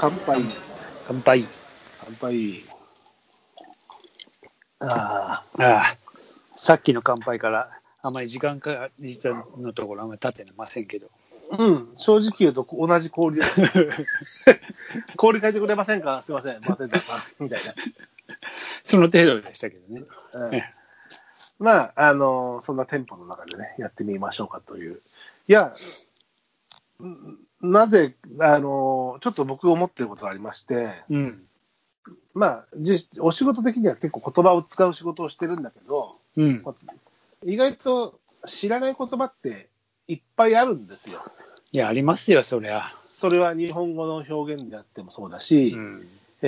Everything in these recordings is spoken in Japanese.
乾杯。 乾杯。 乾杯。ああ、さっきの乾杯からあまり時間か実はのところあんまり経ってませんけど。 うん、正直言うと同じ氷です。氷変えてくれませんか、すいません、バーテンダーさんみたいな。 その程度でしたけどね。 まあ、そんな店舗の中でね、やってみましょうかという。いや、なぜ、ちょっと僕思ってることがありまして、 うん、 まあ、お仕事的には結構言葉を使う仕事をしてるんだけど、 うん、 意外と知らない言葉っていっぱいあるんですよ。 いや、ありますよ、そりゃ。 それは日本語の表現であってもそうだし、 うん、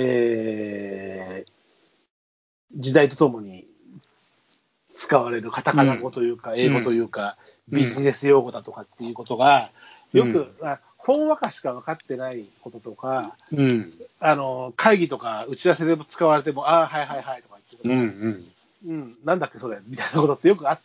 時代とともに使われるカタカナ語というか、英語というか、ビジネス用語だとかっていうことが、よく、ほんわかしか分かってないこととか、会議とか打ち合わせで使われても、ああ、はいはいはいとか言って、なんだっけそれみたいなことってよくあって、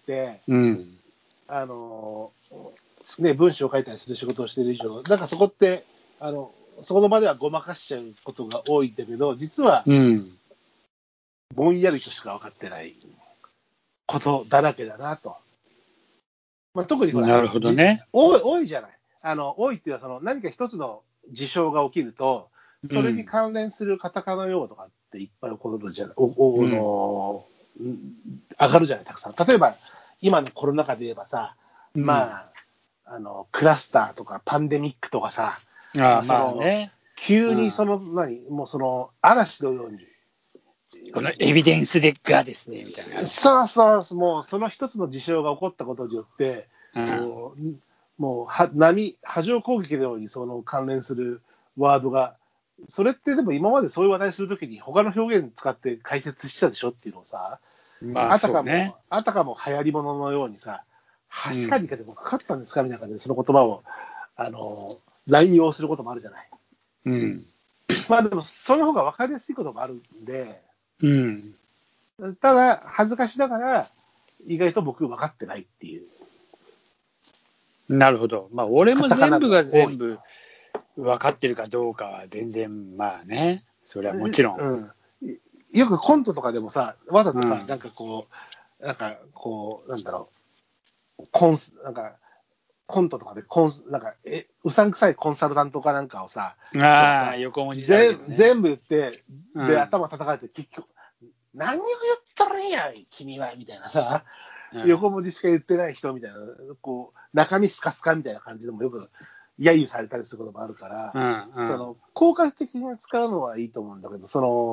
文章を書いたりする仕事をしている以上、なんかそこって、そこの場ではごまかしちゃうことが多いんだけど、実は、ぼんやりとしか分かってないことだらけだなと。まあ、特にほら、 なるほどね。 多いじゃない。多いっていうのは何か一つの事象が起きると、それに関連するカタカナ用語とかっていっぱい起こるじゃない、上がるじゃない、たくさん。例えば、今のコロナ禍で言えばさ、まあ、クラスターとかパンデミックとかさ、急にもう嵐のように、 このエビデンスでがですね、みたいな。 そう、もうその一つの事象が起こったことによって、もう波状攻撃のようにその関連するワードが、それってでも今までそういう話題するときに他の表現使って解説したでしょっていうのをさ、あたかも流行り物のようにさ、はしかにかでもかかったんですかみたいな感じでその言葉を乱用することもあるじゃない。まあでもその方が分かりやすいこともあるんで、ただ恥ずかしながら意外と僕分かってないっていう。 なるほど。まあ俺も全部が全部分かってるかどうかは全然まあね、それはもちろん。 よくコントとかでもさ、わざとさ、なんだろう、なんかコントとかでうさんくさいコンサルタントかなんかをさ、 横文字全部言って、で、頭叩かれて、結局、何を言っとるんや、君は、みたいなさ、横文字しか言ってない人みたいな、中身スカスカみたいな感じでもよく揶揄されたりすることもあるから、効果的に使うのはいいと思うんだけど、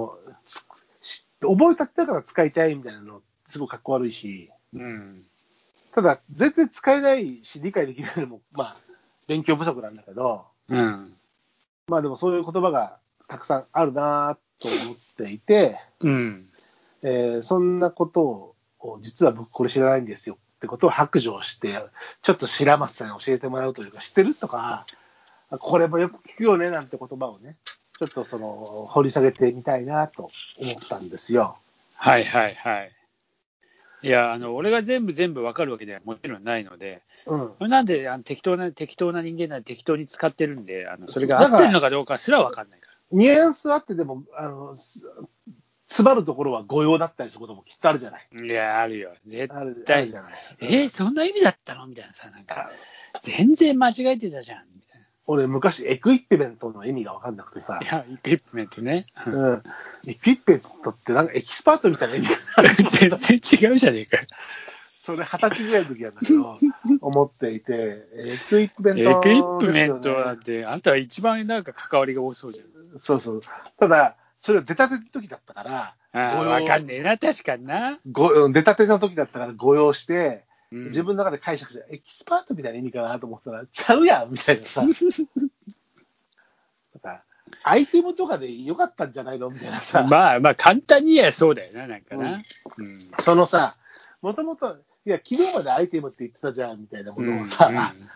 覚えたってから使いたいみたいなの、すごいかっこ悪いし、ただ、全然使えないし、理解できないのも、まあ、勉強不足なんだけど、まあでもそういう言葉がたくさんあるなと思っていて、そんなことを、実は僕これ知らないんですよってことを白状して、ちょっと白松さんに教えてもらうというか、知ってるとか、これもよく聞くよねなんて言葉をね、ちょっと掘り下げてみたいなと思ったんですよ。 はいはいはい。いや、俺が全部分かるわけではもちろんないので、なんで適当な人間なんで適当に使ってるんで、それが合ってるのかどうかすら分かんないから。 ニュアンスあってでも、詰まるところは誤用だったりすることもきっとあるじゃない。 いや、あるよ。絶対。 あるじゃない。 そんな意味だったのみたいなさ、なんか、全然間違えてたじゃん。みたいな。 俺、昔、エクイプメントの意味が分かんなくてさ。 いや、エクイプメントね。 エクイプメントってなんかエキスパートみたいな意味が全然違うじゃねえか。 それ20歳ぐらいの時なんだけど、思っていて、エクイプメントですよね。 エクイプメントなんて、あんたは一番なんか関わりが多そうじゃん。 そう。ただ、それを出たての時だったから、 わかんねえな、確かにな。 出たての時だったから誤用して、自分の中で解釈して、エキスパートみたいな意味かなと思ったら、ちゃうやんみたいなさ。アイテムとかでよかったんじゃないのみたいなさ。 まあ簡単に言えばそうだよな、なんかな。 そのさ、もともと、いや、昨日までアイテムって言ってたじゃんみたいなものをさ、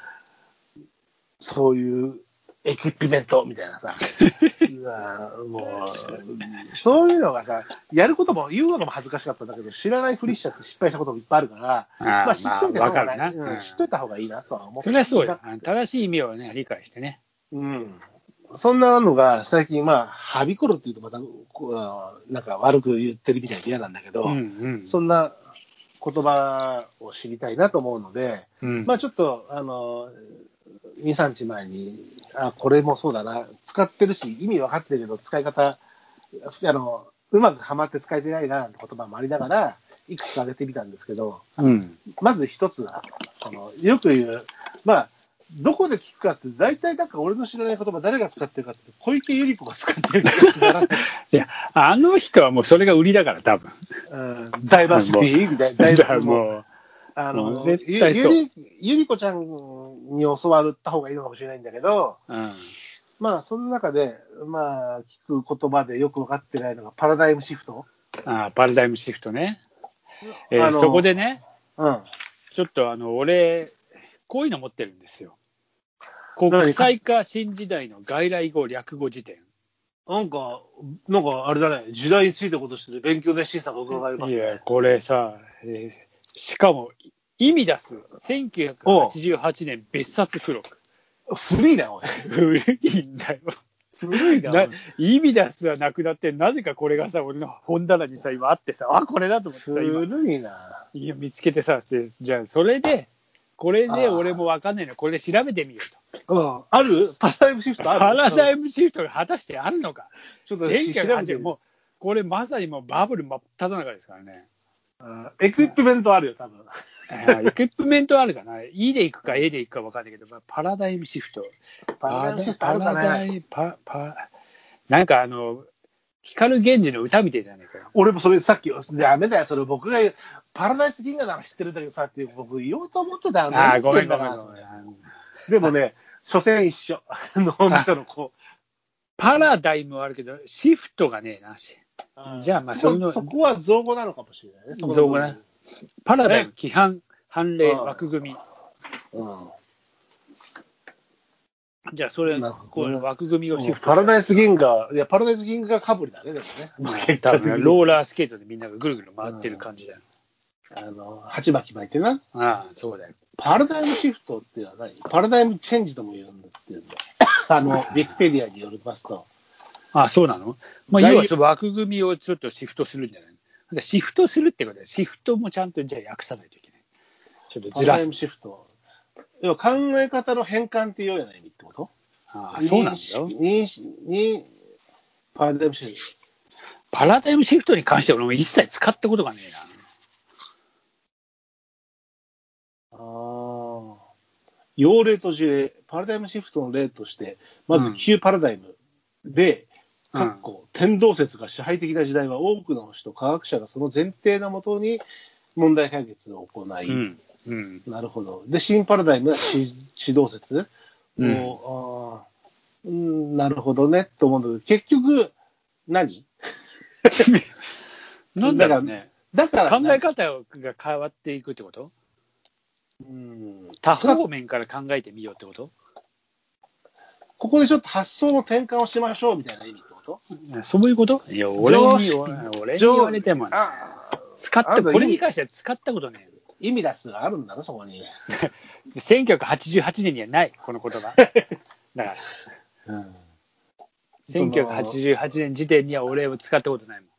そういうエキプメントみたいなさ、もう、そういうのがさ、やることも言うのも恥ずかしかったんだけど、知らないふりしちゃって失敗したこともいっぱいあるから、まあ知っといた方がいいなとは思って。 それはそうよ。正しい意味をね、理解してね。 そんなのが最近、まあ、はびこるっていうとまた、なんか悪く言ってるみたいで嫌なんだけど、そんな言葉を知りたいなと思うので、まあちょっと、2、3日前に、これもそうだな、使ってるし、意味分かってるけど、使い方、うまくはまって使えてないななんて言葉もありながら、いくつか挙げてみたんですけど、まず一つは、よく言う、まあ、どこで聞くかって、大体なんか俺の知らない言葉、誰が使ってるかって、小池百合子が使ってるかいや、あの人はもうそれが売りだから、多分。 ダイバーシティみたいな。 だからもう、絶対そう。 ゆり子ちゃんに教わった方がいいのかもしれないんだけど、まあ、その中で、まあ、聞く言葉でよく分かってないのが、パラダイムシフト。 パラダイムシフトね。そこでね、ちょっと俺、こういうの持ってるんですよ。国際化新時代の外来語略語辞典。 なんかあれだね、時代についてことしてる勉強熱心さが伺いますね。 いや、これさ、しかも、意味出す、1988年別冊付録。 古いな、おい。 古いんだよ。 古いな。 意味出すはなくなって、なぜかこれがさ、俺の本棚にさ、今あってさ、これだと思ってさ、 古いな。 いや、見つけてさ、じゃあ、それで、これで俺も分かんないの、これで調べてみようと。あるパラダイムシフトあるパラダイムシフトが果たしてあるのか。 ちょっと1980 年、もう、これまさにもうバブル真っ只中ですからね。 エクイプメントあるよ、多分。 エクイプメントあるかな。E で行くか A で行くか分かんないけど、パラダイムシフト。 パラダイムシフトあるかね。 なんか光源氏の歌みたいじゃねえかよ。 俺もそれさっき、ダメだよ、それ僕が言う、パラダイス銀河なら知ってるんだけどさって僕言おうと思ってたよね。 ごめん。 でもね、所詮一緒。脳みそのパラダイムはあるけど、シフトがねえなし。じゃあ、まあそこは造語なのかもしれないね。 造語ね。パラダイム、規範、判例、枠組み。じゃあ、それ、こう枠組みをシフト。 パラダイス銀河、いや、パラダイス銀河かぶりだね、でもね。 多分ローラースケートでみんながぐるぐる回ってる感じだよ。 鉢巻き巻いてな。 そうだよ。 パラダイムシフトっていうのは何？パラダイムチェンジとも言うんだっていうんだ。ウィキペディアによりますと。 そうなの？まあ、要はその枠組みをちょっとシフトするんじゃないの？シフトするってことは、シフトもちゃんとじゃあ訳さないといけない。ちょっとずらす。 パラダイムシフト。要は考え方の変換っていうような意味ってこと？ そうなんだよ。 パラダイムシフト。 パラダイムシフトに関しては俺も一切使ったことがねえな。 用例と事例、パラダイムシフトの例として、まず旧パラダイムで、天動説が支配的な時代は多くの人、科学者がその前提のもとに問題解決を行い、なるほど。で、新パラダイムは地動説を、なるほどね、と思うんだけど、結局、何なんだろうね。 だから考え方が変わっていくってこと？多方面から考えてみようってこと？ ここでちょっと発想の転換をしましょうみたいな意味ってこと？ そういうこと？いや、俺に言われてもね、これに関しては使ったことねえ。 意味出すがあるんだな、そこに。 1988年にはない、この言葉。だから。1988年時点には俺を使ったことないもん。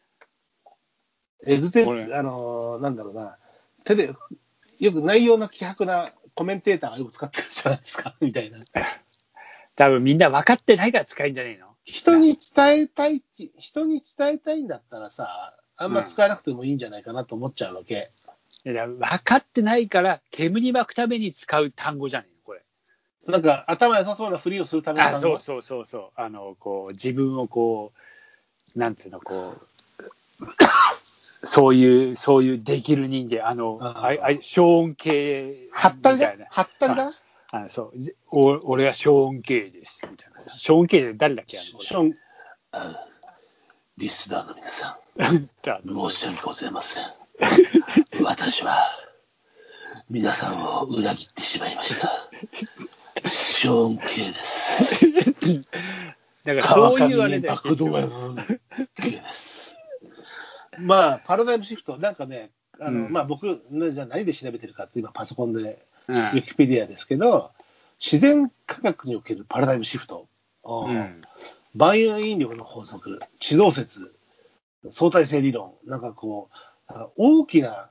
なんだろうな、手で、よく内容の希薄なコメンテーターがよく使ってるじゃないですか、みたいな。 多分みんな分かってないから使えんじゃねえの？ 人に伝えたいんだったらさ、あんま使えなくてもいいんじゃないかなと思っちゃうわけ。 分かってないから、煙巻くために使う単語じゃねえの、これ。 なんか、頭良さそうなふりをするための単語。 そう。自分をなんつうの、そういうできる人間、ショーン系はったりだな。 俺はショーン系です、みたいな。ショーン系で誰だっけ？ リスナーの皆さん、申し訳ございません。私は皆さんを裏切ってしまいました。ショーン系です。 だからそういうあれで。 爆動系です。 まあ、パラダイムシフト、なんかね、まあ僕、じゃあ何で調べてるかって今パソコンで、ウィキペディアですけど、自然科学におけるパラダイムシフト万有引力の法則、地動説、相対性理論、なんかこう、大きな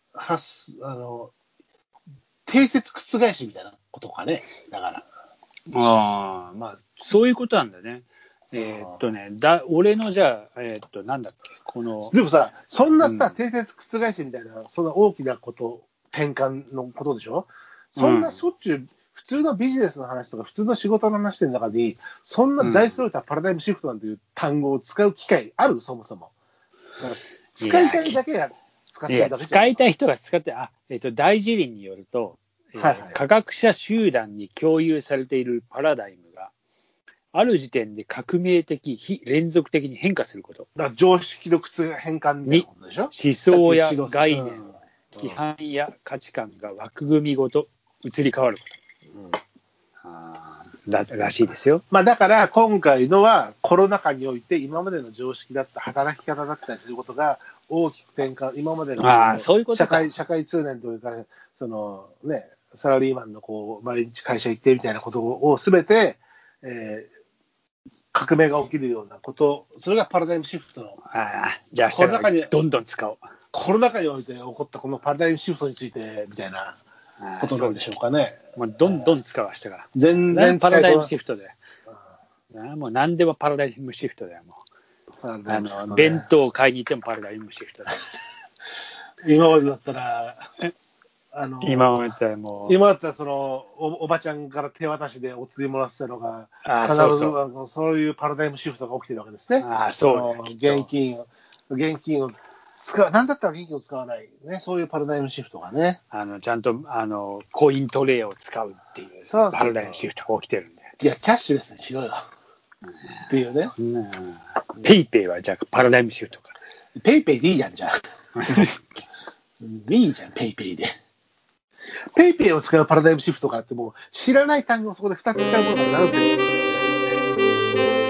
定説覆しみたいなことかね、だから。 まあ、そういうことなんだね。俺のじゃあ、なんだっけ、 でもさ、そんなさ、定説覆しみたいな、そんな大きなこと、転換のことでしょ？そんなしょっちゅう、普通のビジネスの話とか、普通の仕事の話の中に、そんな大それたパラダイムシフトなんていう単語を使う機会ある？そもそも。使いたいだけが使ってるだけじゃん。 使いたい人が使って、大辞林によると、科学者集団に共有されているパラダイムが、ある時点で革命的、非連続的に変化すること。 だから常識の変換みたいなことでしょ？ 思想や概念、規範や価値観が枠組みごと移り変わること。らしいですよ。 だから今回のはコロナ禍において今までの常識だった働き方だったりすることが大きく転換、今までの社会通念というか、サラリーマンの毎日会社行ってみたいなことをすべて、革命が起きるようなこと、それがパラダイムシフトの。 じゃあ明日からどんどん使おう。 コロナ禍において起こったこのパラダイムシフトについてみたいなことなんでしょうかね。 どんどん使う、明日から。 全然パラダイムシフトで。もう何でもパラダイムシフトだよ。もう弁当を買いに行ってもパラダイムシフトだ。 今までだったら、 今だったらその おばちゃんから手渡しでお釣りもらってたのが、必ずそういうパラダイムシフトが起きてるわけですね。現金をなんだったら現金を使わない、ね、そういうパラダイムシフトがね。 ちゃんとコイントレイを使うっていうパラダイムシフトが起きてるんで。 いや、キャッシュレスにしろよ。っていうね。 ペイペイはじゃあパラダイムシフトか。 ペイペイでいいじゃん、じゃあ。いいじゃん、ペイペイで。ペイペイを使うパラダイムシフトがあっても、知らない単語をそこで2つ使うことがなるんですよ。